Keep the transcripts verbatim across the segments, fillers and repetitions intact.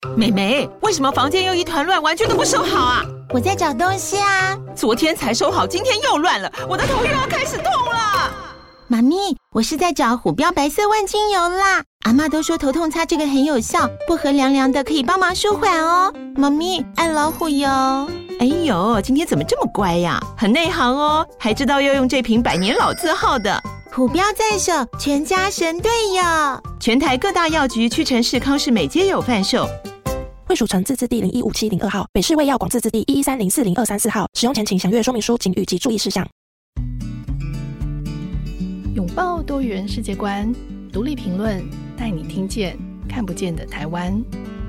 妹妹，为什么房间又一团乱，完全都不收好啊？ 我在找东西啊。 昨天才收好，今天又乱了，我的头又要开始痛了。 妈咪，我是在找虎标白色万金油啦。阿嬷都说头痛擦这个很有效，薄荷凉凉的，可以帮忙舒缓哦。妈咪，爱老虎油。 哎呦，今天怎么这么乖呀？很内行哦，还知道要用这瓶百年老字号的。 虎标在手，全家神队友。 全台各大药局、屈臣氏、康士美皆有贩售。 卫署成字字第零一五七零二号，北市卫药广字字第一一三零四零二三四号。使用前请详阅说明书、警语及注意事项。 拥抱多元世界观，独立评论，带你听见看不见的台湾。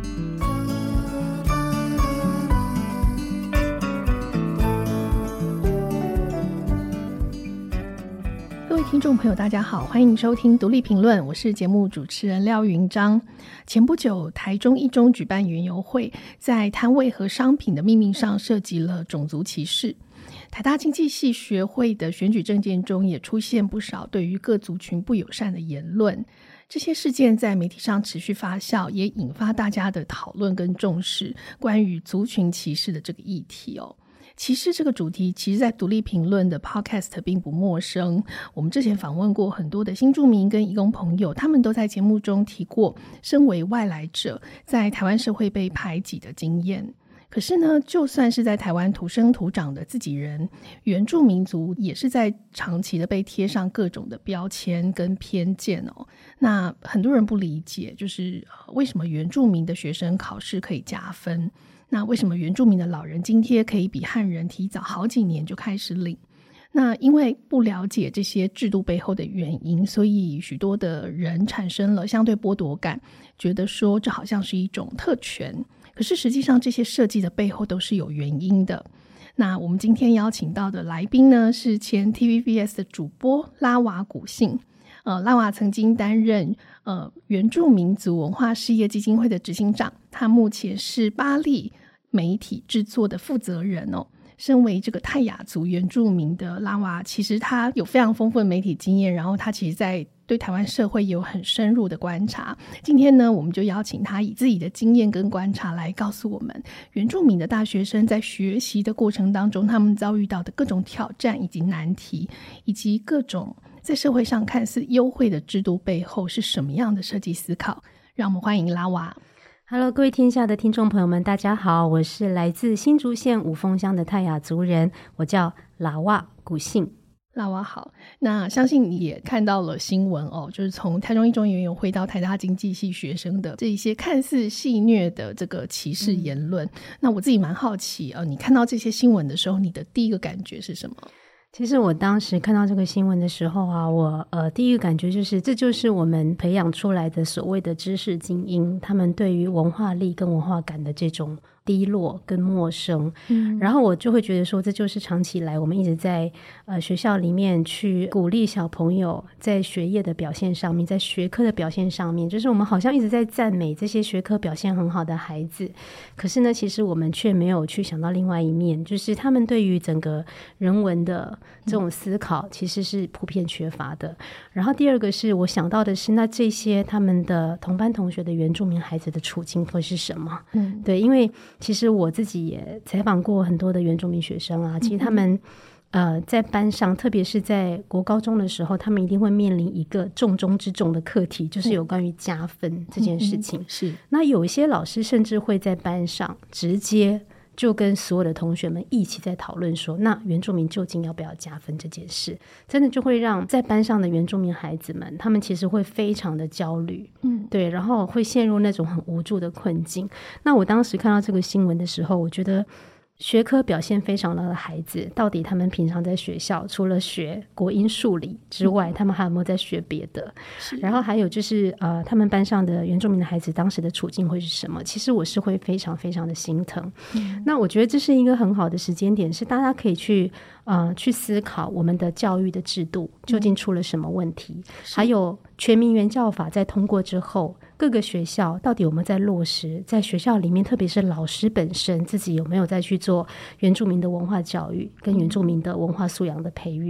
各位听众朋友大家好，欢迎收听独立评论，我是节目主持人廖云章。前不久台中一中举办园游会，在摊位和商品的命名上涉及了种族歧视。台大经济系学会的选举政见中也出现不少对于各族群不友善的言论，这些事件在媒体上持续发酵，也引发大家的讨论跟重视关于族群歧视的这个议题哦。歧视这个主题其实在独立评论的 podcast 并不陌生，我们之前访问过很多的新住民跟移工朋友，他们都在节目中提过身为外来者在台湾社会被排挤的经验。可是呢，就算是在台湾土生土长的自己人，原住民族也是在长期的被贴上各种的标签跟偏见哦。那很多人不理解，就是为什么原住民的学生考试可以加分？那为什么原住民的老人津贴可以比汉人提早好几年就开始领？那因为不了解这些制度背后的原因，所以许多的人产生了相对剥夺感，觉得说这好像是一种特权。可是实际上这些设计的背后都是有原因的。那我们今天邀请到的来宾呢，是前 T V B S 的主播拉瓦古信。呃，拉瓦曾经担任呃原住民族文化事业基金会的执行长，他目前是巴利媒体制作的负责人哦。身为这个泰雅族原住民的拉瓦，其实他有非常丰富的媒体经验，然后他其实在对台湾社会也有很深入的观察。今天呢，我们就邀请他以自己的经验跟观察来告诉我们原住民的大学生在学习的过程当中，他们遭遇到的各种挑战以及难题，以及各种在社会上看似优惠的制度背后是什么样的设计思考。让我们欢迎拉瓦。 Hello， 各位天下的听众朋友们，大家好，我是来自新竹县五峰乡的泰雅族人，我叫拉瓦古信。 拉瓦好，那相信你也看到了新闻哦，就是从台中一中园游会到台大经济系学生的这一些看似戏谑的这个歧视言论、嗯、那我自己蛮好奇呃，你看到这些新闻的时候，你的第一个感觉是什么？ 其实我当时看到这个新闻的时候啊，我呃第一个感觉就是这就是我们培养出来的所谓的知识精英，他们对于文化力跟文化感的这种低落跟陌生、嗯、然后我就会觉得说这就是长期以来我们一直在呃学校里面去鼓励小朋友在学业的表现上面，在学科的表现上面，就是我们好像一直在赞美这些学科表现很好的孩子，可是呢其实我们却没有去想到另外一面，就是他们对于整个人文的这种思考其实是普遍缺乏的。然后第二个是我想到的是，那这些他们的同班同学的原住民孩子的处境会是什么？嗯，对，因为其实我自己也采访过很多的原住民学生啊，其实他们、嗯、呃在班上，特别是在国高中的时候，他们一定会面临一个重中之重的课题，就是有关于加分这件事情、嗯、是。那有一些老师甚至会在班上直接就跟所有的同学们一起在讨论说，那原住民究竟要不要加分这件事，真的就会让在班上的原住民孩子们，他们其实会非常的焦虑，嗯，对，然后会陷入那种很无助的困境。那我当时看到这个新闻的时候，我觉得学科表现非常的孩子，到底他们平常在学校除了学国英数理之外、嗯、他们还有没有在学别的？然后还有就是呃，他们班上的原住民的孩子当时的处境会是什么？其实我是会非常非常的心疼、嗯、那我觉得这是一个很好的时间点，是大家可以去呃去思考我们的教育的制度究竟出了什么问题、嗯、还有全民原教法在通过之后，各个学校到底有没有在落实，在学校里面特别是老师本身自己有没有在去做原住民的文化教育跟原住民的文化素养的培育。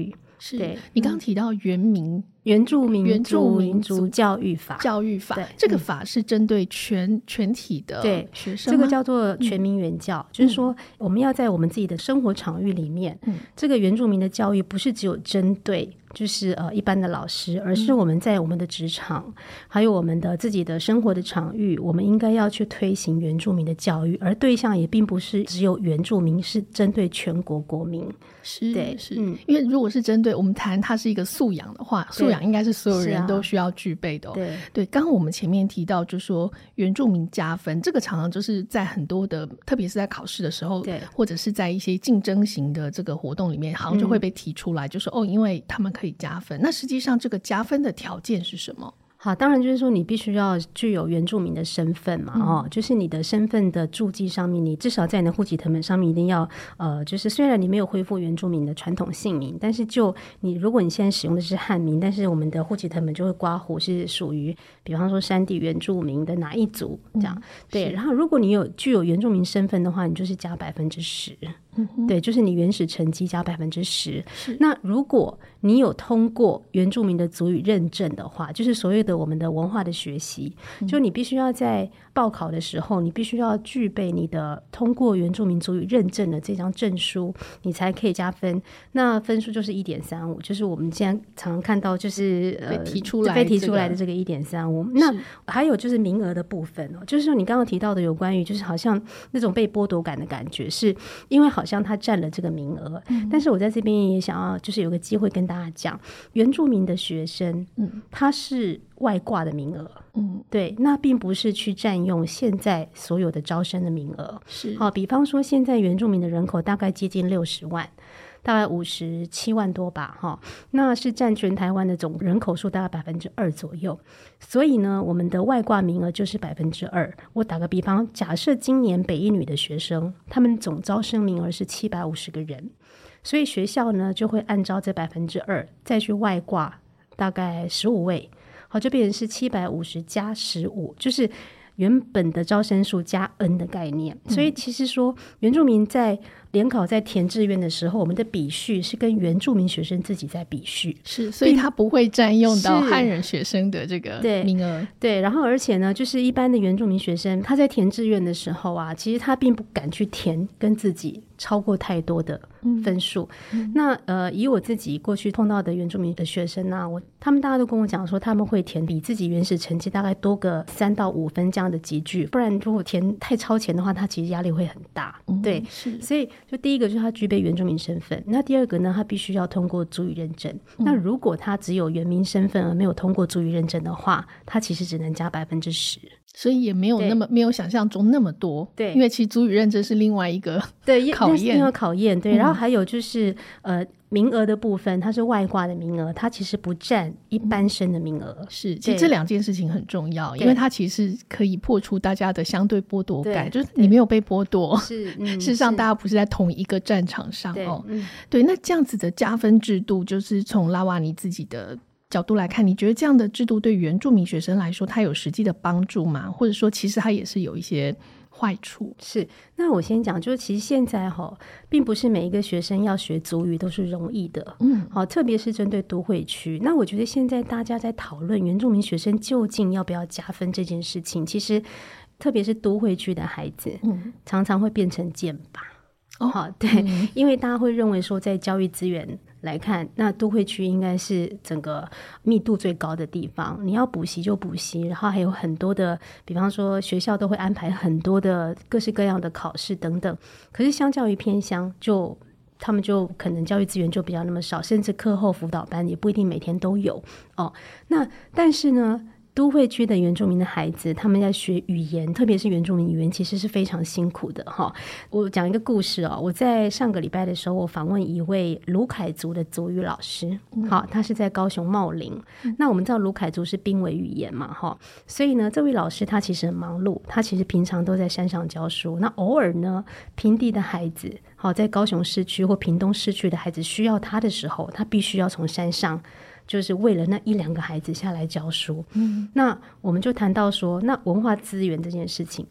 是对， 你刚刚提到原民原住民原住民族教育法， 教育法对这个法是针对全、嗯、全体的学生吗？ 这个叫做全民原教、嗯、就是说我们要在我们自己的生活场域里面、嗯、这个原住民的教育不是只有针对就是呃一般的老师，而是我们在我们的职场、嗯、还有我们的自己的生活的场域，我们应该要去推行原住民的教育，而对象也并不是只有原住民，是针对全国国民。 是对是、嗯、因为如果是针对我们谈它是一个素养的话，素养应该是所有人都需要具备的、哦、 对对。刚刚我们前面提到就是说原住民加分，这个常常就是在很多的特别是在考试的时候，对，或者是在一些竞争型的这个活动里面好像就会被提出来、嗯、就是哦，因为他们可以加分。那实际上这个加分的条件是什么？ 好，当然就是说你必须要具有原住民的身份嘛、嗯哦、就是你的身份的注记上面，你至少在你的户籍誊本上面一定要呃，就是虽然你没有恢复原住民的传统姓名，但是就你如果你现在使用的是汉名，但是我们的户籍誊本就会刮胡是属于比方说山地原住民的哪一族这样、嗯、对。然后如果你有具有原住民身份的话，你就是加百分之十，对，就是你原始成绩加百分之十。那如果你有通过原住民的族语认证的话，就是所谓的我们的文化的学习、嗯、就你必须要在报考的时候，你必须要具备你的通过原住民族语认证的这张证书，你才可以加分。那分数就是 一点三五， 就是我们现在常常看到就是被提出来、 呃、被提出来的这个 一点三五。 那还有就是名额的部分、哦、就是说你刚刚提到的有关于就是好像那种被剥夺感的感觉，是因为好像他占了这个名额、嗯、但是我在这边也想要就是有个机会跟大家讲，原住民的学生、嗯、他是外挂的名额，嗯，对，那并不是去占用现在所有的招生的名额。 是， 好，比方说现在原住民的人口大概接近六十万，大概五十七万多吧，哈，那是占全台湾的总人口数大概百分之二左右。所以呢，我们的外挂名额就是百分之二。我打个比方，假设今年北一女的学生，他们总招生名额是七百五十个人，所以学校呢就会按照这百分之二再去外挂大概十五位。好，就变成是七百五十加十五，就是原本的招生数加 N 的概念。所以其实说原住民在联考在填志愿的时候，我们的比序是跟原住民学生自己在比序， 是，所以他不会占用到汉人学生的这个名额。 对, 对，然后而且呢，就是一般的原住民学生他在填志愿的时候啊，其实他并不敢去填跟自己超过太多的分数、嗯、那呃，以我自己过去碰到的原住民的学生啊，我他们大家都跟我讲说他们会填比自己原始成绩大概多个三到五分这样的集聚，不然如果填太超前的话，他其实压力会很大、嗯、对，是，所以就第一个就是他具备原住民身份，那第二个呢，他必须要通过族语认证、嗯、那如果他只有原民身份而没有通过族语认证的话，他其实只能加百分之十， 所以也没有那么没有想象中那么多。对，因为其实族语认证是另外一个对考验， 另外考验。对、嗯，然后还有就是呃名额的部分，它是外挂的名额，它其实不占一般生的名额、嗯、 是，其实这两件事情很重要，因为它其实可以破除大家的相对剥夺感，就是你没有被剥夺，是、嗯、事实上大家不是在同一个战场上。对、哦嗯、对，那这样子的加分制度，就是从拉瓦尼自己的角度来看，你觉得这样的制度对原住民学生来说它有实际的帮助吗？或者说其实它也是有一些坏处？ 是，那我先讲，就是其实现在哈，并不是每一个学生要学族语都是容易的，嗯，好，特别是针对都会区。那我觉得现在大家在讨论原住民学生究竟要不要加分这件事情，其实特别是都会区的孩子，嗯，常常会变成剑拔。哦，好，对、嗯，因为大家会认为说，在教育资源来看，那都会区应该是整个密度最高的地方，你要补习就补习，然后还有很多的，比方说学校都会安排很多的各式各样的考试等等。可是相较于偏乡，就他们就可能教育资源就比较那么少，甚至课后辅导班也不一定每天都有哦。那但是呢，都会区的原住民的孩子，他们在学语言，特别是原住民语言，其实是非常辛苦的哈。我讲一个故事哦，我在上个礼拜的时候，我访问一位鲁凯族的族语老师，好，他是在高雄茂林。那我们知道鲁凯族是濒危语言嘛，哈，所以呢，这位老师他其实很忙碌，他其实平常都在山上教书，那偶尔呢，平地的孩子，好，在高雄市区或屏东市区的孩子需要他的时候，他必须要从山上。就是为了那一两个孩子下来教书、嗯、那我们就谈到说，那文化资源这件事情，那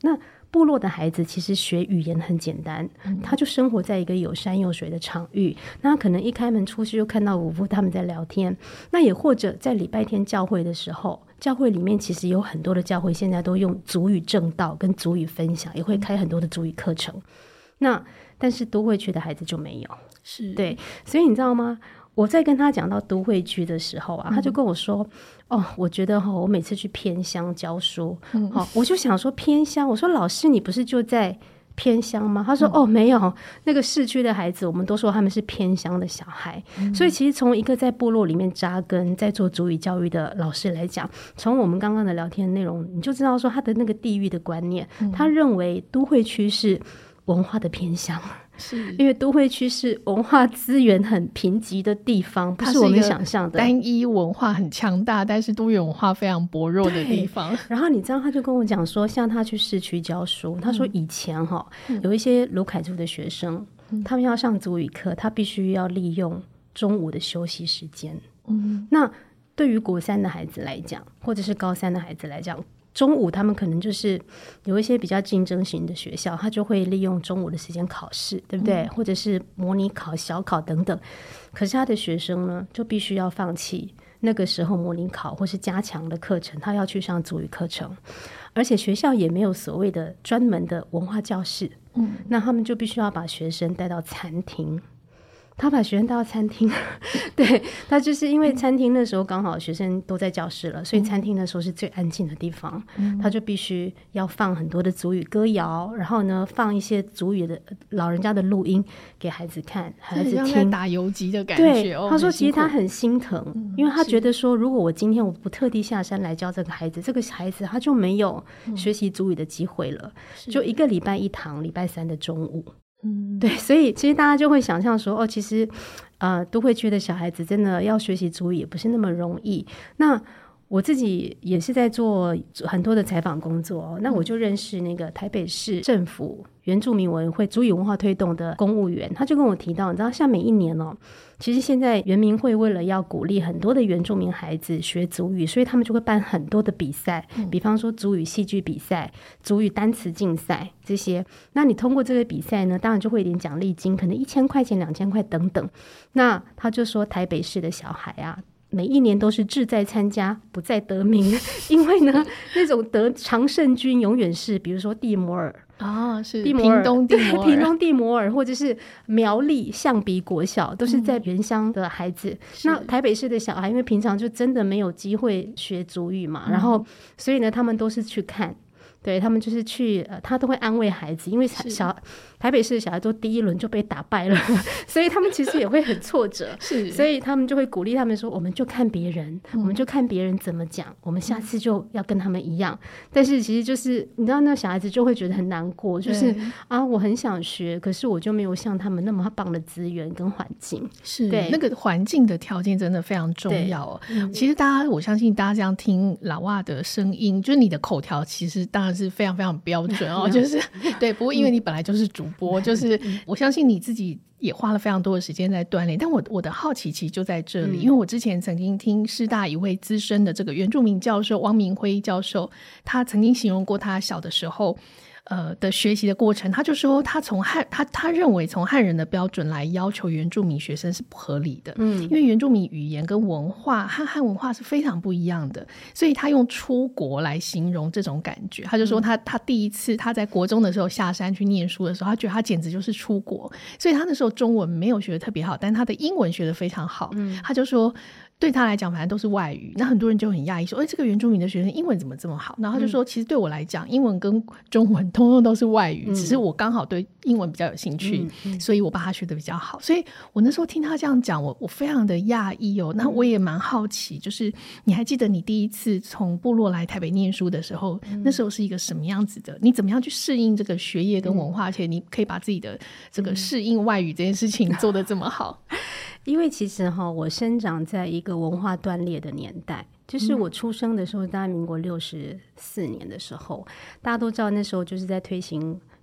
部落的孩子其实学语言很简单，他就生活在一个有山有水的场域，那可能一开门出去就看到五夫他们在聊天，那也或者在礼拜天教会的时候，教会里面其实有很多的教会现在都用族语正道跟族语分享，也会开很多的族语课程，那但是都会区的孩子就没有， 是对，所以你知道吗，我在跟他讲到都会区的时候啊，他就跟我说、嗯、哦，我觉得、哦、我每次去偏乡教书、嗯哦、我就想说偏乡，我说老师你不是就在偏乡吗？他说、嗯、哦没有，那个市区的孩子我们都说他们是偏乡的小孩、嗯、所以其实从一个在部落里面扎根在做族语教育的老师来讲，从我们刚刚的聊天内容你就知道说他的那个地域的观念、嗯、他认为都会区是文化的偏乡，是因为都会区是文化资源很贫瘠的地方，不是我们想象的单一文化很强大但是多元文化非常薄弱的地方。 然后你知道他就跟我讲说，像他去市区教书、嗯、他说以前、哦嗯、有一些鲁凯族的学生、嗯、他们要上族语课，他必须要利用中午的休息时间、嗯、那对于国三的孩子来讲或者是高三的孩子来讲，中午他们可能就是有一些比较竞争型的学校，他就会利用中午的时间考试，对不对、嗯、或者是模拟考小考等等，可是他的学生呢就必须要放弃那个时候模拟考或是加强的课程，他要去上族语课程，而且学校也没有所谓的专门的文化教室、嗯、那他们就必须要把学生带到餐厅，他把学生带到餐厅对，他就是因为餐厅那时候刚好学生都在教室了，所以餐厅那时候是最安静的地方、嗯、他就必须要放很多的族语歌谣，然后呢放一些族语的老人家的录音给孩子看，孩子听， 像在打游击的感觉。 对、哦、他说其实他很心疼、嗯、因为他觉得说如果我今天我不特地下山来教这个孩子，这个孩子他就没有学习族语的机会了、嗯、就一个礼拜一堂，礼拜三的中午。嗯，对，所以其实大家就会想象说哦，其实呃都会区的小孩子真的要学习族语也不是那么容易。那我自己也是在做很多的采访工作、哦、那我就认识那个台北市政府原住民委员会族语文化推动的公务员，他就跟我提到，你知道像每一年哦，其实现在原民会为了要鼓励很多的原住民孩子学族语，所以他们就会办很多的比赛、嗯、比方说族语戏剧比赛、族语单词竞赛这些，那你通过这个比赛呢，当然就会有点奖励金，可能一千块钱两千块等等。那他就说台北市的小孩啊每一年都是志在参加不在得名因为呢那种得常胜军永远是比如说蒂摩尔啊，是蒂摩尔屏东蒂摩尔屏东蒂摩尔或者是苗栗象鼻国小，都是在原乡的孩子、嗯、那台北市的小孩因为平常就真的没有机会学族语嘛、嗯、然后所以呢他们都是去看，对，他们就是去、呃、他都会安慰孩子，因为小台北市的小孩都第一轮就被打败了所以他们其实也会很挫折是，所以他们就会鼓励他们说我们就看别人、嗯、我们就看别人怎么讲，我们下次就要跟他们一样、嗯、但是其实就是你知道那小孩子就会觉得很难过，就是啊我很想学，可是我就没有像他们那么棒的资源跟环境， 是对那个环境的条件真的非常重要、哦嗯、其实大家我相信大家这样听老蛙的声音，就是你的口条其实当然是非常非常标准哦，就是对，不过因为你本来就是主播、嗯、就是我相信你自己也花了非常多的时间在锻炼，但我我的好奇其实就在这里、嗯、因为我之前曾经听师大一位资深的这个原住民教授汪明辉教授，他曾经形容过他小的时候呃的学习的过程，他就说他从汉他他认为从汉人的标准来要求原住民学生是不合理的，嗯，因为原住民语言跟文化和汉文化是非常不一样的，所以他用出国来形容这种感觉，他就说他他第一次他在国中的时候下山去念书的时候，他觉得他简直就是出国，所以他那时候中文没有学得特别好，但他的英文学得非常好、嗯、他就说对他来讲反正都是外语，那很多人就很讶异说哎，这个原住民的学生英文怎么这么好，然后他就说、嗯、其实对我来讲英文跟中文通通都是外语、嗯、只是我刚好对英文比较有兴趣、嗯嗯、所以我把它学得比较好，所以我那时候听他这样讲我我非常的讶异哦，那我也蛮好奇，就是你还记得你第一次从部落来台北念书的时候、嗯、那时候是一个什么样子的，你怎么样去适应这个学业跟文化、嗯、而且你可以把自己的这个适应外语这件事情做得这么好因为其实哈，我生长在一个文化断裂的年代，就是我出生的时候大概民国六十四年的时候，大家都知道那时候就是在推行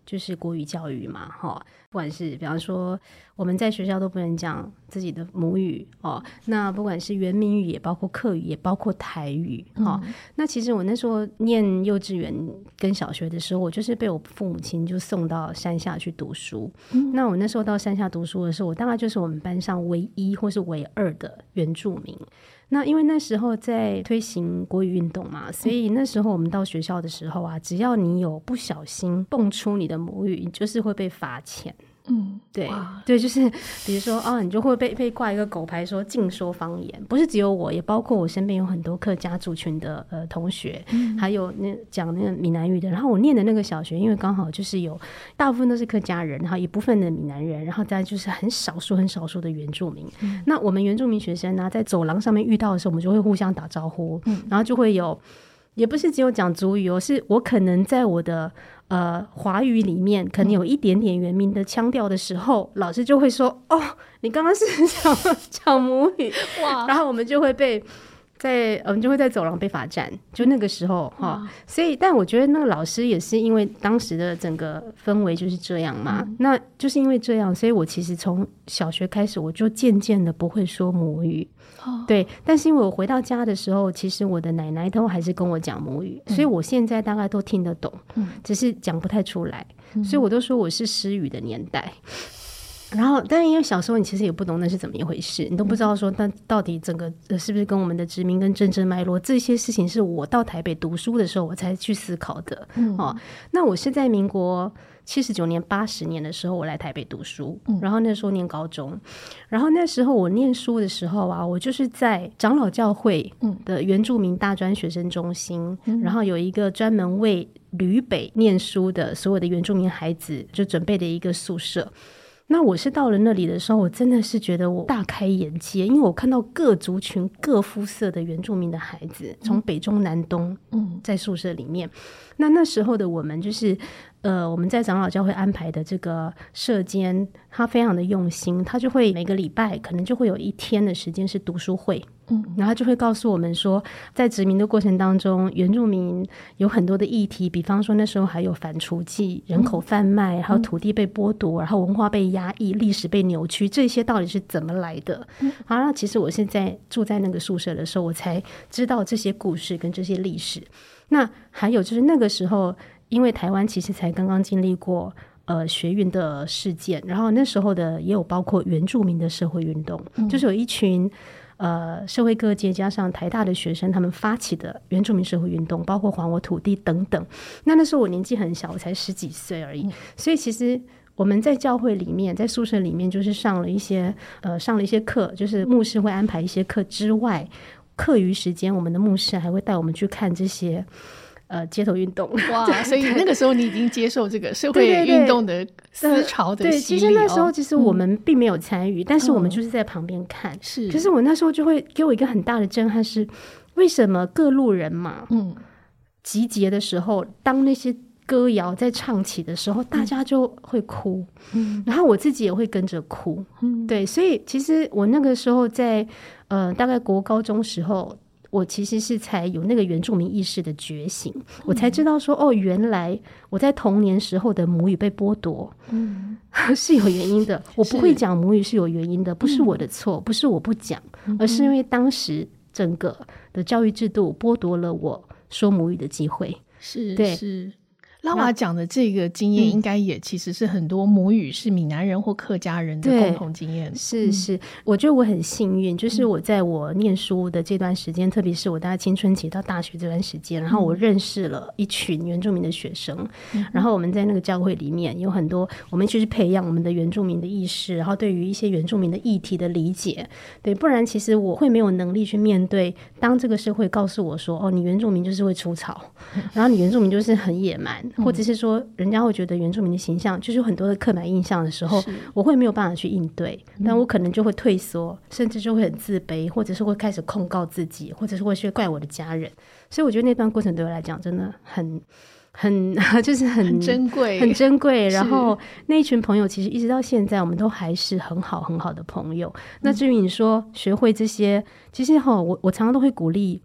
就是国语教育嘛，哈，不管是比方说我们在学校都不能讲自己的母语哦，那不管是原民语也包括客语也包括台语哦、嗯、那其实我那时候念幼稚园跟小学的时候，我就是被我父母亲就送到山下去读书、嗯、那我那时候到山下读书的时候，我大概就是我们班上唯一或是唯二的原住民。那因为那时候在推行国语运动嘛，所以那时候我们到学校的时候啊，只要你有不小心蹦出你的母语，你就是会被罚钱。嗯，对对，就是比如说啊，你就会被被挂一个狗牌说禁说方言，不是只有我，也包括我身边有很多客家族群的呃同学、嗯、还有那讲那个闽南语的。然后我念的那个小学，因为刚好就是有大部分都是客家人，然后一部分的闽南人，然后再就是很少数很少数的原住民、嗯、那我们原住民学生呢、啊，在走廊上面遇到的时候，我们就会互相打招呼、嗯、然后就会有，也不是只有讲族语哦，是我可能在我的呃华语里面可能有一点点原民的腔调的时候、嗯、老师就会说哦，你刚刚是讲讲母语哇，然后我们就会被在我们就会在走廊被罚站，就那个时候哈。所以但我觉得那个老师也是因为当时的整个氛围就是这样嘛、嗯、那就是因为这样，所以我其实从小学开始我就渐渐的不会说母语、哦、对，但是因为我回到家的时候，其实我的奶奶都还是跟我讲母语、嗯、所以我现在大概都听得懂、嗯、只是讲不太出来、嗯、所以我都说我是失语的年代。然后但因为小时候你其实也不懂那是怎么一回事，你都不知道说但到底整个是不是跟我们的殖民跟政治脉络，这些事情是我到台北读书的时候我才去思考的、嗯哦、那我是在民国七十九年八十年的时候我来台北读书、嗯、然后那时候念高中，然后那时候我念书的时候啊，我就是在长老教会的原住民大专学生中心、嗯、然后有一个专门为旅北念书的所有的原住民孩子就准备的一个宿舍。那我是到了那里的时候，我真的是觉得我大开眼界，因为我看到各族群各肤色的原住民的孩子从北中南东在宿舍里面、嗯、那那时候的我们就是呃，我们在长老教会安排的这个舍监，他非常的用心，他就会每个礼拜可能就会有一天的时间是读书会，嗯，然后他就会告诉我们说，在殖民的过程当中，原住民有很多的议题，比方说那时候还有反雏妓、人口贩卖、嗯、还有土地被剥夺，然后文化被压抑，历史被扭曲，这些到底是怎么来的？嗯，然后其实我是在住在那个宿舍的时候，我才知道这些故事跟这些历史。那还有就是那个时候，因为台湾其实才刚刚经历过呃学运的事件，然后那时候的也有包括原住民的社会运动、嗯、就是有一群呃社会各界加上台大的学生他们发起的原住民社会运动，包括还我土地等等。那那时候我年纪很小，我才十几岁而已、嗯、所以其实我们在教会里面在宿舍里面就是上了一些呃上了一些课，就是牧师会安排一些课之外，课余时间我们的牧师还会带我们去看这些呃，街头运动。 哇，所以那个时候你已经接受这个社会运动的思潮的洗礼。对， 其实那时候其实我们并没有参与、嗯、但是我们就是在旁边看、嗯、是。可是我那时候就会给我一个很大的震撼是，为什么各路人马嗯集结的时候，当那些歌谣在唱起的时候，大家就会哭、嗯、然后我自己也会跟着哭、嗯、对，所以其实我那个时候在呃大概国高中时候，我其实是才有那个原住民意识的觉醒、嗯、我才知道说哦，原来我在童年时候的母语被剥夺、嗯、是有原因的，我不会讲母语是有原因的，不是我的错、嗯、不是我不讲、嗯、而是因为当时整个的教育制度剥夺了我说母语的机会。 是，对，是。拉娃讲的这个经验应该也其实是很多母语是闽南人或客家人的共同经验。 是是、嗯、我觉得我很幸运，就是我在我念书的这段时间、嗯、特别是我大概青春期到大学这段时间，然后我认识了一群原住民的学生、嗯、然后我们在那个教会里面有很多，我们去培养我们的原住民的意识，然后对于一些原住民的议题的理解。对，不然其实我会没有能力去面对当这个社会告诉我说哦，你原住民就是会出草、嗯、然后你原住民就是很野蛮，或者是说人家会觉得原住民的形象就是有很多的刻板印象的时候，我会没有办法去应对，但我可能就会退缩、嗯、甚至就会很自卑，或者是会开始控告自己，或者是会去怪我的家人。所以我觉得那段过程对我来讲真的很很就是很很珍贵很珍贵。然后那一群朋友其实一直到现在我们都还是很好很好的朋友、嗯、那至于你说学会这些，其实齁我我常常都会鼓励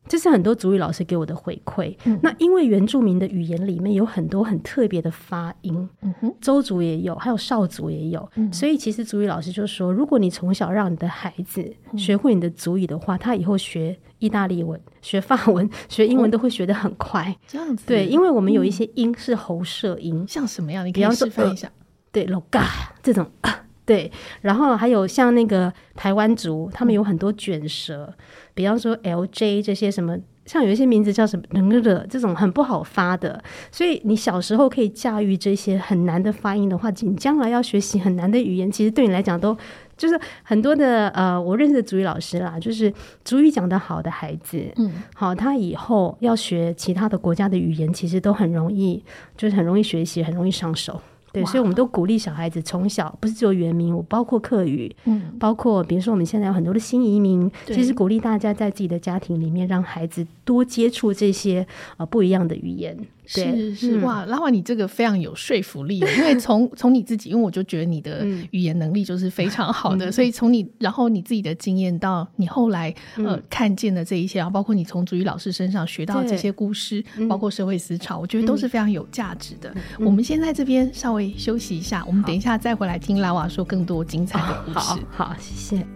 这是很多族语老师给我的回馈、嗯、那因为原住民的语言里面有很多很特别的发音、嗯、哼邹族也有，还有邵族也有、嗯、所以其实族语老师就说，如果你从小让你的孩子学会你的族语的话、嗯、他以后学意大利文、学法文、学英文都会学得很快、哦、 这样子。 对，因为我们有一些音是喉舌音、嗯、 像什么样你可以示范一下、呃、 对 loga 这种、呃、对，然后还有像那个台湾族他们有很多卷舌、嗯，比方说 L J 这些什么，像有一些名字叫什么这种很不好发的，所以你小时候可以驾驭这些很难的发音的话，你将来要学习很难的语言，其实对你来讲都就是很多的呃，我认识的族语老师啦，就是族语讲得好的孩子，嗯，好，他以后要学其他的国家的语言，其实都很容易，就是很容易学习，很容易上手。对，所以我们都鼓励小孩子从小，不是只有原民，我包括客语、嗯、包括比如说我们现在有很多的新移民，其实鼓励大家在自己的家庭里面让孩子多接触这些、呃、不一样的语言。 是是、嗯、哇，拉华你这个非常有说服力，因为从从你自己，因为我就觉得你的语言能力就是非常好的、嗯、所以从你然后你自己的经验到你后来、嗯、呃看见的这一些，然后包括你从族语老师身上学到这些故事，包括社会思潮、嗯、我觉得都是非常有价值的、嗯、我们先在这边稍微休息一下，我们等一下再回来听拉华说更多精彩的故事。 好 好, 好谢谢。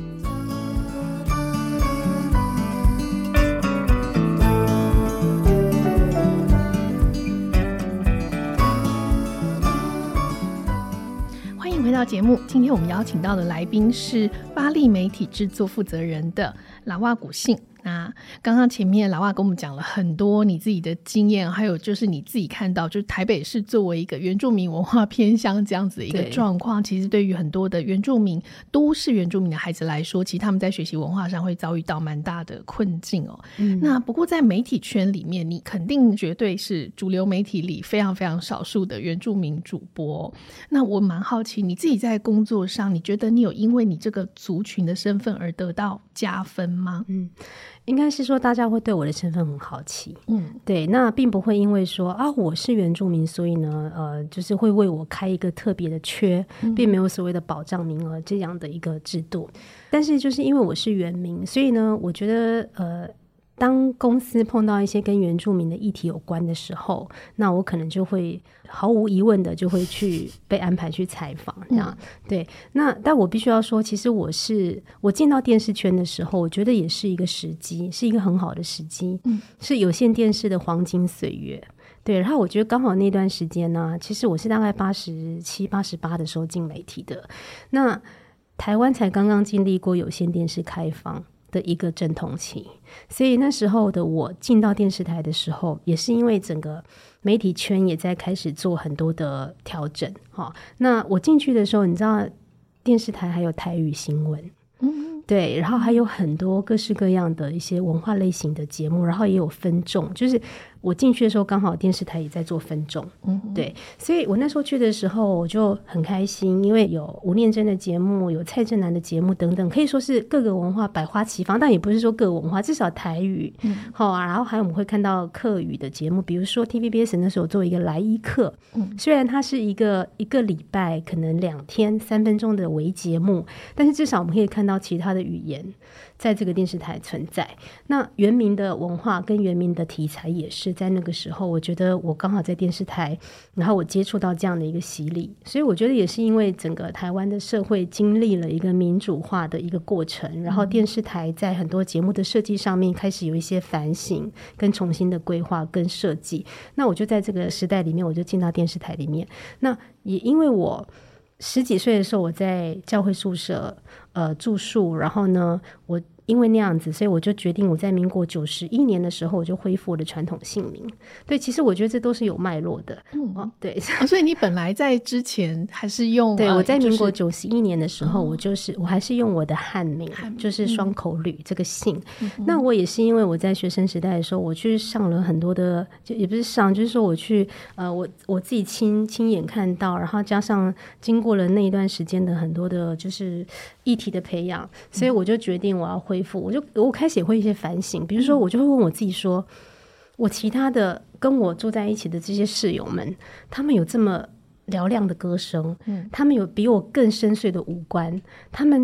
回到节目，今天我们邀请到的来宾是巴利媒体制作负责人的拉瓦古信。那刚刚前面拉瓦跟我们讲了很多你自己的经验，还有就是你自己看到就是台北市作为一个原住民文化偏乡这样子的一个状况，其实对于很多的原住民都市原住民的孩子来说，其实他们在学习文化上会遭遇到蛮大的困境哦、嗯、那不过在媒体圈里面，你肯定绝对是主流媒体里非常非常少数的原住民主播、哦、那我蛮好奇你自己在工作上，你觉得你有因为你这个族群的身份而得到加分吗？ 嗯，应该是说大家会对我的身份很好奇，嗯，对，那并不会因为说啊我是原住民，所以呢呃就是会为我开一个特别的缺、嗯、并没有所谓的保障名额这样的一个制度，但是就是因为我是原民，所以呢我觉得呃当公司碰到一些跟原住民的议题有关的时候，那我可能就会毫无疑问的就会去被安排去采访这样、嗯、对，那但我必须要说，其实我是我进到电视圈的时候，我觉得也是一个时机，是一个很好的时机、嗯、是有线电视的黄金岁月。对，然后我觉得刚好那段时间呢，其实我是大概八十七八十八的时候进媒体的，那台湾才刚刚经历过有线电视开放的一个阵痛期，所以那时候的我进到电视台的时候，也是因为整个媒体圈也在开始做很多的调整、哦、那我进去的时候，你知道电视台还有台语新闻，嗯，对，然后还有很多各式各样的一些文化类型的节目，然后也有分众，就是我进去的时候刚好电视台也在做分众、嗯、对，所以我那时候去的时候我就很开心，因为有吴念真的节目，有蔡正南的节目等等，可以说是各个文化百花齐放，但也不是说各个文化，至少台语、嗯哦啊、然后还有我们会看到客语的节目，比如说 T V B S 那时候做一个来一课、嗯、虽然它是一个一个礼拜可能两天三分钟的微节目，但是至少我们可以看到其他的语言在这个电视台存在，那原民的文化跟原民的题材也是在那个时候，我觉得我刚好在电视台，然后我接触到这样的一个洗礼，所以我觉得也是因为整个台湾的社会经历了一个民主化的一个过程，然后电视台在很多节目的设计上面开始有一些反省跟重新的规划跟设计，那我就在这个时代里面，我就进到电视台里面，那也因为我十几岁的时候我在教会宿舍呃住宿，然后呢我因为那样子，所以我就决定我在民国九十一年的时候我就恢复我的传统姓名。对，其实我觉得这都是有脉络的。嗯，哦、对、 哦，所以你本来在之前还是用对、呃、我在民国九十一年的时候、嗯、我就是我还是用我的汉名，就是双口吕这个姓、嗯、那我也是因为我在学生时代的时候我去上了很多的，就也不是上，就是说我去呃我我自己亲亲眼看到，然后加上经过了那一段时间的很多的就是议题的培养，所以我就决定我要恢复，我就我开始也会一些反省，比如说我就会问我自己说，我其他的跟我住在一起的这些室友们，他们有这么嘹亮的歌声、嗯、他们有比我更深邃的五官，他们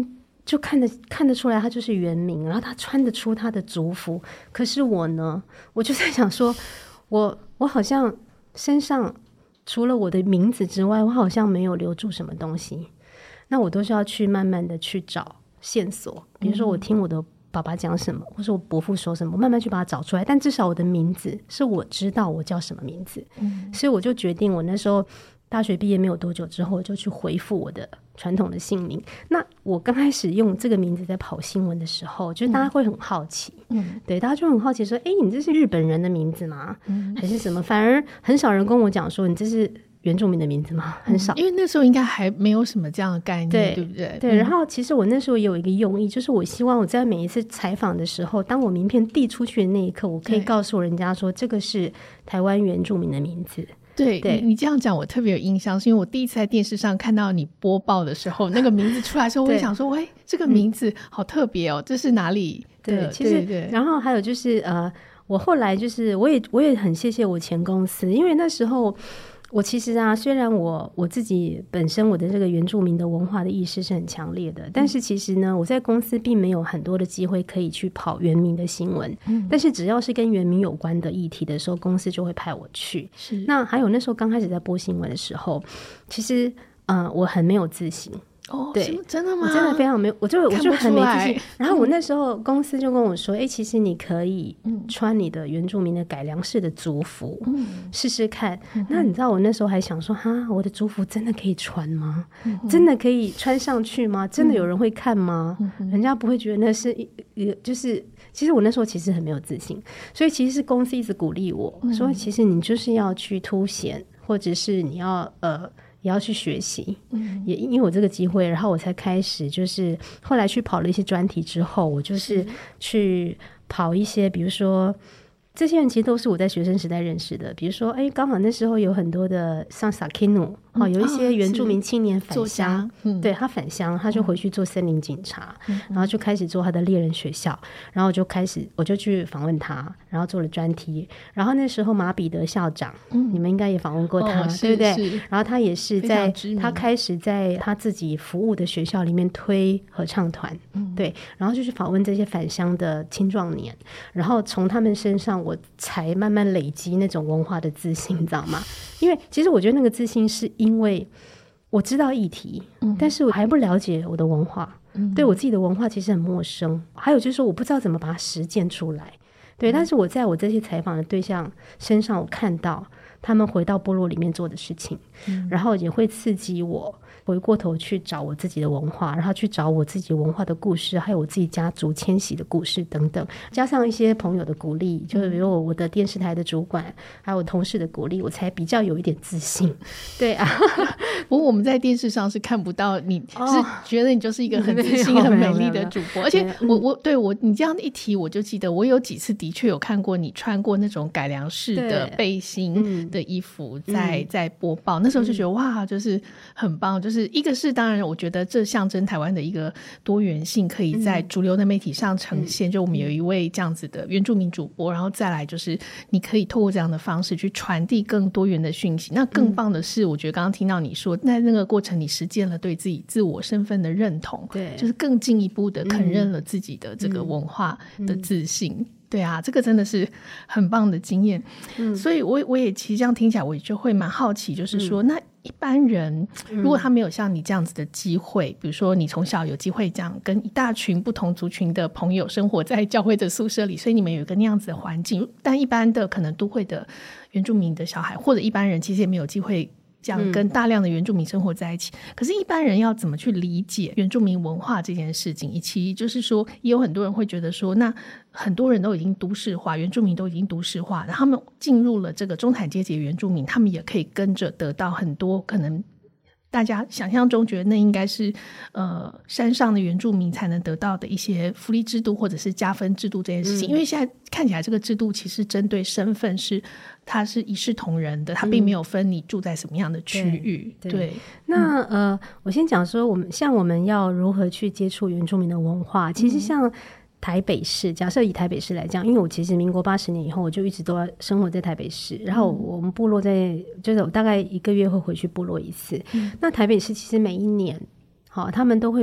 就看得看得出来他就是原民，然后他穿得出他的族服。可是我呢，我就在想说，我我好像身上除了我的名字之外，我好像没有留住什么东西。那我都是要去慢慢的去找线索，比如说我听我的爸爸讲什么，或者我伯父说什么，我慢慢去把它找出来。但至少我的名字是我知道我叫什么名字，嗯，所以我就决定，我那时候大学毕业没有多久之后，我就去回复我的传统的姓名。那我刚开始用这个名字在跑新闻的时候，就是大家会很好奇，嗯，对，大家就很好奇说，哎，你这是日本人的名字吗？嗯，还是什么？反而很少人跟我讲说，你这是原住民的名字吗？很少， 嗯，因为那时候应该还没有什么这样的概念， 对, 对不对？ 对，然后其实我那时候也有一个用意，就是我希望我在每一次采访的时候，当我名片递出去的那一刻，我可以告诉人家说，这个是台湾原住民的名字。 对, 对 你, 你这样讲我特别有印象，是因为我第一次在电视上看到你播报的时候，那个名字出来的时候，我会想说，喂，这个名字好特别哦，这是哪里的？ 对，其实对对，然后还有就是呃，我后来就是我也我也很谢谢我前公司，因为那时候我其实啊，虽然我我自己本身我的这个原住民的文化的意识是很强烈的，但是其实呢，我在公司并没有很多的机会可以去跑原民的新闻，嗯，但是只要是跟原民有关的议题的时候，公司就会派我去。是，那还有那时候刚开始在播新闻的时候，其实呃，我很没有自信。 哦， 对， 真的吗？ 我真的非常没有，我就我就很没自信。然后我那时候公司就跟我说，哎、欸，其实你可以穿你的原住民的改良式的族服，嗯，试试看。嗯，那你知道我那时候还想说，哈，我的族服真的可以穿吗？嗯，真的可以穿上去吗？真的有人会看吗？嗯，人家不会觉得那是一就是其实我那时候其实很没有自信，所以其实是公司一直鼓励我、嗯、说其实你就是要去凸显，或者是你要呃也要去学习、嗯、也因为我这个机会，然后我才开始就是后来去跑了一些专题之后，我就是去跑一些比如说这些人其实都是我在学生时代认识的，比如说哎，刚好那时候有很多的像 Sakino、嗯、有一些原住民青年返乡、嗯、对，他返乡他就回去做森林警察、嗯、然后就开始做他的猎人学校，然后就开始我就去访问他，然后做了专题，然后那时候马彼得校长、嗯、你们应该也访问过他、哦、对不对？然后他也是在他开始在他自己服务的学校里面推合唱团、嗯、对，然后就去访问这些返乡的青壮年，然后从他们身上我才慢慢累积那种文化的自信，你知道吗？因为其实我觉得那个自信是因为我知道议题、嗯、但是我还不了解我的文化、嗯、对我自己的文化其实很陌生，还有就是说我不知道怎么把它实践出来，对、嗯、但是我在我这些采访的对象身上，我看到他们回到部落里面做的事情、嗯、然后也会刺激我回过头去找我自己的文化，然后去找我自己文化的故事，还有我自己家族迁徙的故事等等，加上一些朋友的鼓励，就是比如我的电视台的主管还有我同事的鼓励，我才比较有一点自信。对啊， 不过我们在电视上是看不到你、哦、是觉得你就是一个很自信很美丽的主播，而且我我对我你这样一提我就记得我有几次的确有看过你穿过那种改良式的背心的衣服在、嗯、在播报，那时候就觉得、嗯、哇就是很棒，就是就是一个是当然我觉得这象征台湾的一个多元性可以在主流的媒体上呈现、嗯、就我们有一位这样子的原住民主播，然后再来就是你可以透过这样的方式去传递更多元的讯息。那更棒的是我觉得刚刚听到你说在那个过程你实践了对自己自我身份的认同，对，就是更进一步的肯认了自己的这个文化的自信、嗯嗯对啊，这个真的是很棒的经验、嗯、所以我我也其实这样听起来我就会蛮好奇，就是说、嗯、那一般人如果他没有像你这样子的机会、嗯、比如说你从小有机会这样跟一大群不同族群的朋友生活在教会的宿舍里，所以你们有一个那样子的环境，但一般的可能都会的原住民的小孩或者一般人其实也没有机会这样跟大量的原住民生活在一起、嗯、可是一般人要怎么去理解原住民文化这件事情，以及就是说也有很多人会觉得说那很多人都已经都市化，原住民都已经都市化，然后他们进入了这个中产阶级原住民，他们也可以跟着得到很多可能大家想象中觉得那应该是呃山上的原住民才能得到的一些福利制度或者是加分制度这件事情、嗯、因为现在看起来这个制度其实针对身份是它是一视同仁的，它并没有分你住在什么样的区域、嗯、对, 对那、嗯、呃，我先讲说我们像我们要如何去接触原住民的文化，其实像台北市，假设以台北市来讲，因为我其实民国八十年以后我就一直都生活在台北市，然后我们部落在就是我大概一个月会回去部落一次、嗯、那台北市其实每一年好他们都会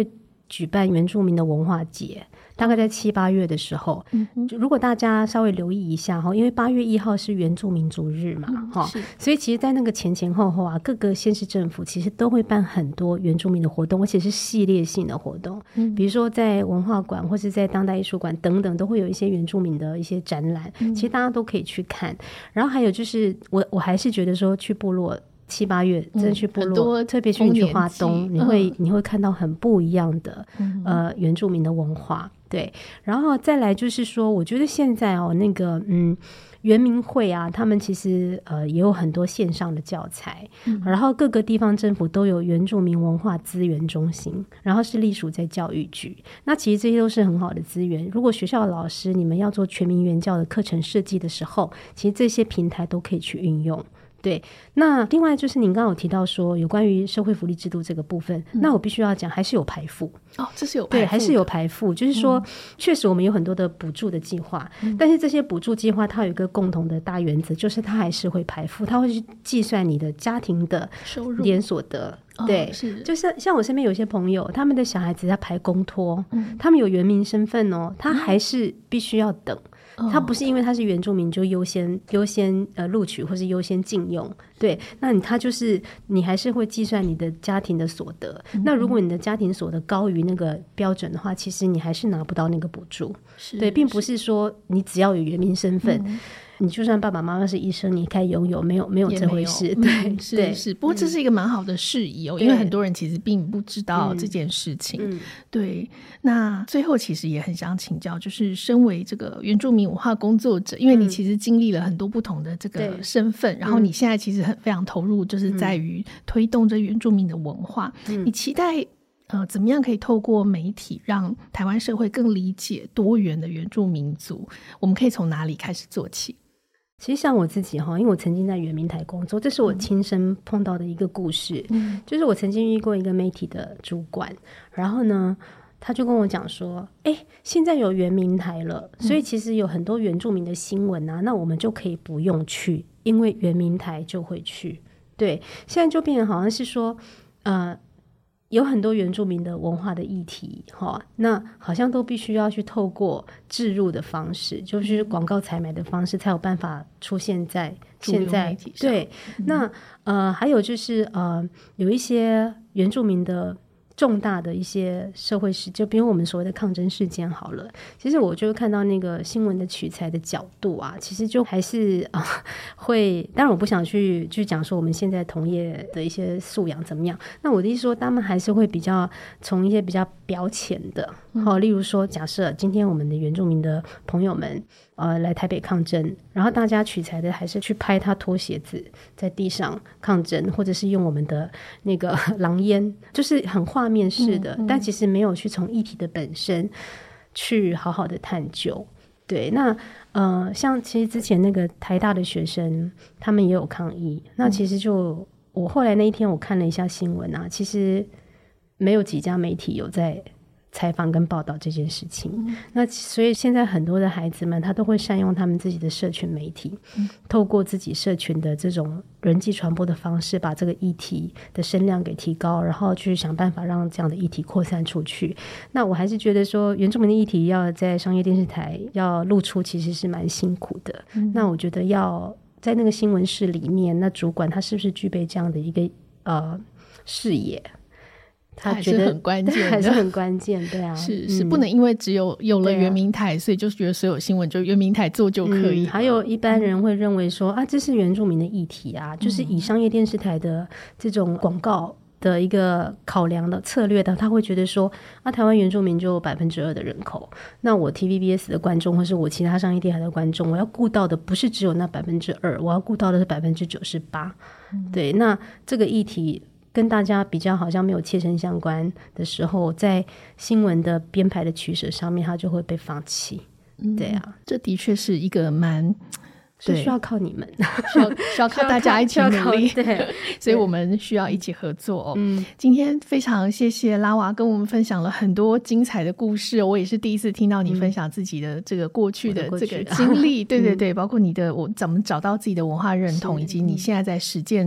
举办原住民的文化节，大概在七八月的时候、嗯、如果大家稍微留意一下，因为八月一号是原住民族日嘛、嗯、所以其实在那个前前后后啊，各个县市政府其实都会办很多原住民的活动，而且是系列性的活动、嗯、比如说在文化馆或是在当代艺术馆等等都会有一些原住民的一些展览、嗯、其实大家都可以去看。然后还有就是我我还是觉得说去部落七八月真的去部落、嗯、特别是你去花东你会、嗯、你会看到很不一样的、嗯、呃原住民的文化。对，然后再来就是说我觉得现在哦那个嗯原民会啊，他们其实呃也有很多线上的教材、嗯、然后各个地方政府都有原住民文化资源中心，然后是隶属在教育局。那其实这些都是很好的资源，如果学校的老师你们要做全民原教的课程设计的时候，其实这些平台都可以去运用。对，那另外就是您刚刚有提到说有关于社会福利制度这个部分、嗯、那我必须要讲还是有排富哦，这是有排富的， 对，还是有排富，就是说、嗯、确实我们有很多的补助的计划、嗯、但是这些补助计划它有一个共同的大原则，就是它还是会排富，它会去计算你的家庭的收入年所得。对、哦，是，就像像我身边有些朋友，他们的小孩子在排公托、嗯、他们有原民身份哦，他还是必须要等、嗯，他不是因为他是原住民就优先优先呃录取或是优先禁用。对，那你他就是你还是会计算你的家庭的所得、嗯、那如果你的家庭所得高于那个标准的话，其实你还是拿不到那个补助。对，并不是说你只要有原民身份、嗯，你就算爸爸妈妈是医生，你可以拥有，没有没有这回事。对、 嗯，是是。不过这是一个蛮好的事宜哦、嗯，因为很多人其实并不知道这件事情。嗯、对。那最后其实也很想请教，就是身为这个原住民文化工作者，因为你其实经历了很多不同的这个身份，然后你现在其实很非常投入，就是在于推动这原住民的文化。嗯、你期待呃，怎么样可以透过媒体让台湾社会更理解多元的原住民族？我们可以从哪里开始做起？ 其实像我自己因为我曾经在原民台工作，这是我亲身碰到的一个故事、嗯、就是我曾经遇过一个媒体的主管，然后呢他就跟我讲说哎，现在有原民台了，所以其实有很多原住民的新闻啊、嗯、那我们就可以不用去，因为原民台就会去。对，现在就变成好像是说呃有很多原住民的文化的议题、哦、那好像都必须要去透过置入的方式，就是广告采买的方式才有办法出现在现在。对、嗯、那呃还有就是呃有一些原住民的重大的一些社会事，就比如我们所谓的抗争事件好了，其实我就看到那个新闻的取材的角度啊，其实就还是、呃、会，当然我不想去去讲说我们现在同业的一些素养怎么样，那我的意思说他们还是会比较从一些比较表浅的、嗯哦、例如说假设今天我们的原住民的朋友们呃，来台北抗争，然后大家取材的还是去拍他脱鞋子在地上抗争，或者是用我们的那个狼烟，就是很画面式的、嗯嗯、但其实没有去从议题的本身去好好的探究。对，那呃，像其实之前那个台大的学生他们也有抗议，那其实就我后来那一天我看了一下新闻啊，其实没有几家媒体有在采访跟报道这件事情、嗯、那所以现在很多的孩子们他都会善用他们自己的社群媒体、嗯、透过自己社群的这种人际传播的方式把这个议题的声量给提高，然后去想办法让这样的议题扩散出去。那我还是觉得说原住民的议题要在商业电视台要露出其实是蛮辛苦的、嗯、那我觉得要在那个新闻室里面，那主管他是不是具备这样的一个呃视野， 他还是很关键的， 还是很关键。对啊， 是是、嗯、不能因为只有有了原民台、啊、所以就觉得所有新闻就原民台做就可以、嗯、 还有一般人会认为说、嗯、啊这是原住民的议题啊，就是以商业电视台的这种广告的一个考量的策略的，他会觉得说啊台湾原住民就百分之二的人口，那我 T V B S 的观众或是我其他商业电台的观众，我要顾到的不是只有那百分之二，我要顾到的是百分之九十八。对，那这个议题跟大家比较好像没有切身相关的时候，在新闻的编排的取舍上面它就会被放弃、嗯、对啊， 这的确是一个蛮是需要靠你们需要需要靠大家一起努力，对，所以我们需要一起合作、哦嗯、今天非常谢谢拉娃跟我们分享了很多精彩的故事，我也是第一次听到你分享自己的这个过去的这个经历、嗯、对对对，包括你的我怎么找到自己的文化认同，以及你现在在实践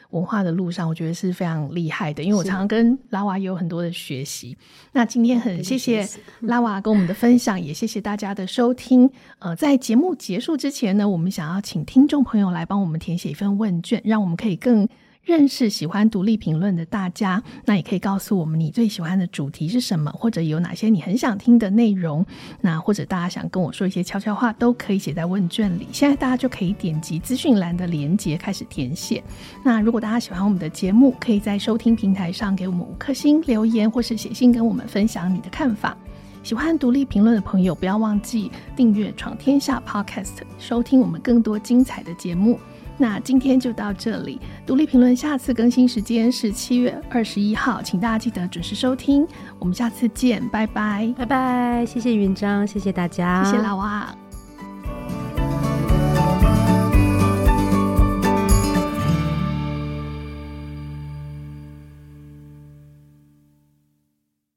文化的路上，我觉得是非常厉害的，因为我常常跟拉娃也有很多的学习。那今天很谢谢拉娃跟我们的分享，也谢谢大家的收听。呃，在节目结束之前呢，我们想要请听众朋友来帮我们填写一份问卷，让我们可以更认识喜欢独立评论的大家。那也可以告诉我们你最喜欢的主题是什么，或者有哪些你很想听的内容，那或者大家想跟我说一些悄悄话，都可以写在问卷里。现在大家就可以点击资讯栏的连结开始填写。那如果大家喜欢我们的节目，可以在收听平台上给我们五颗星留言，或是写信跟我们分享你的看法。喜欢独立评论的朋友，不要忘记订阅闯天下 Podcast， 收听我们更多精彩的节目。那今天就到这里，独立评论下次更新时间是七月二十一号，请大家记得准时收听，我们下次见，拜拜。 拜拜，谢谢云章，谢谢大家， 谢谢老娃。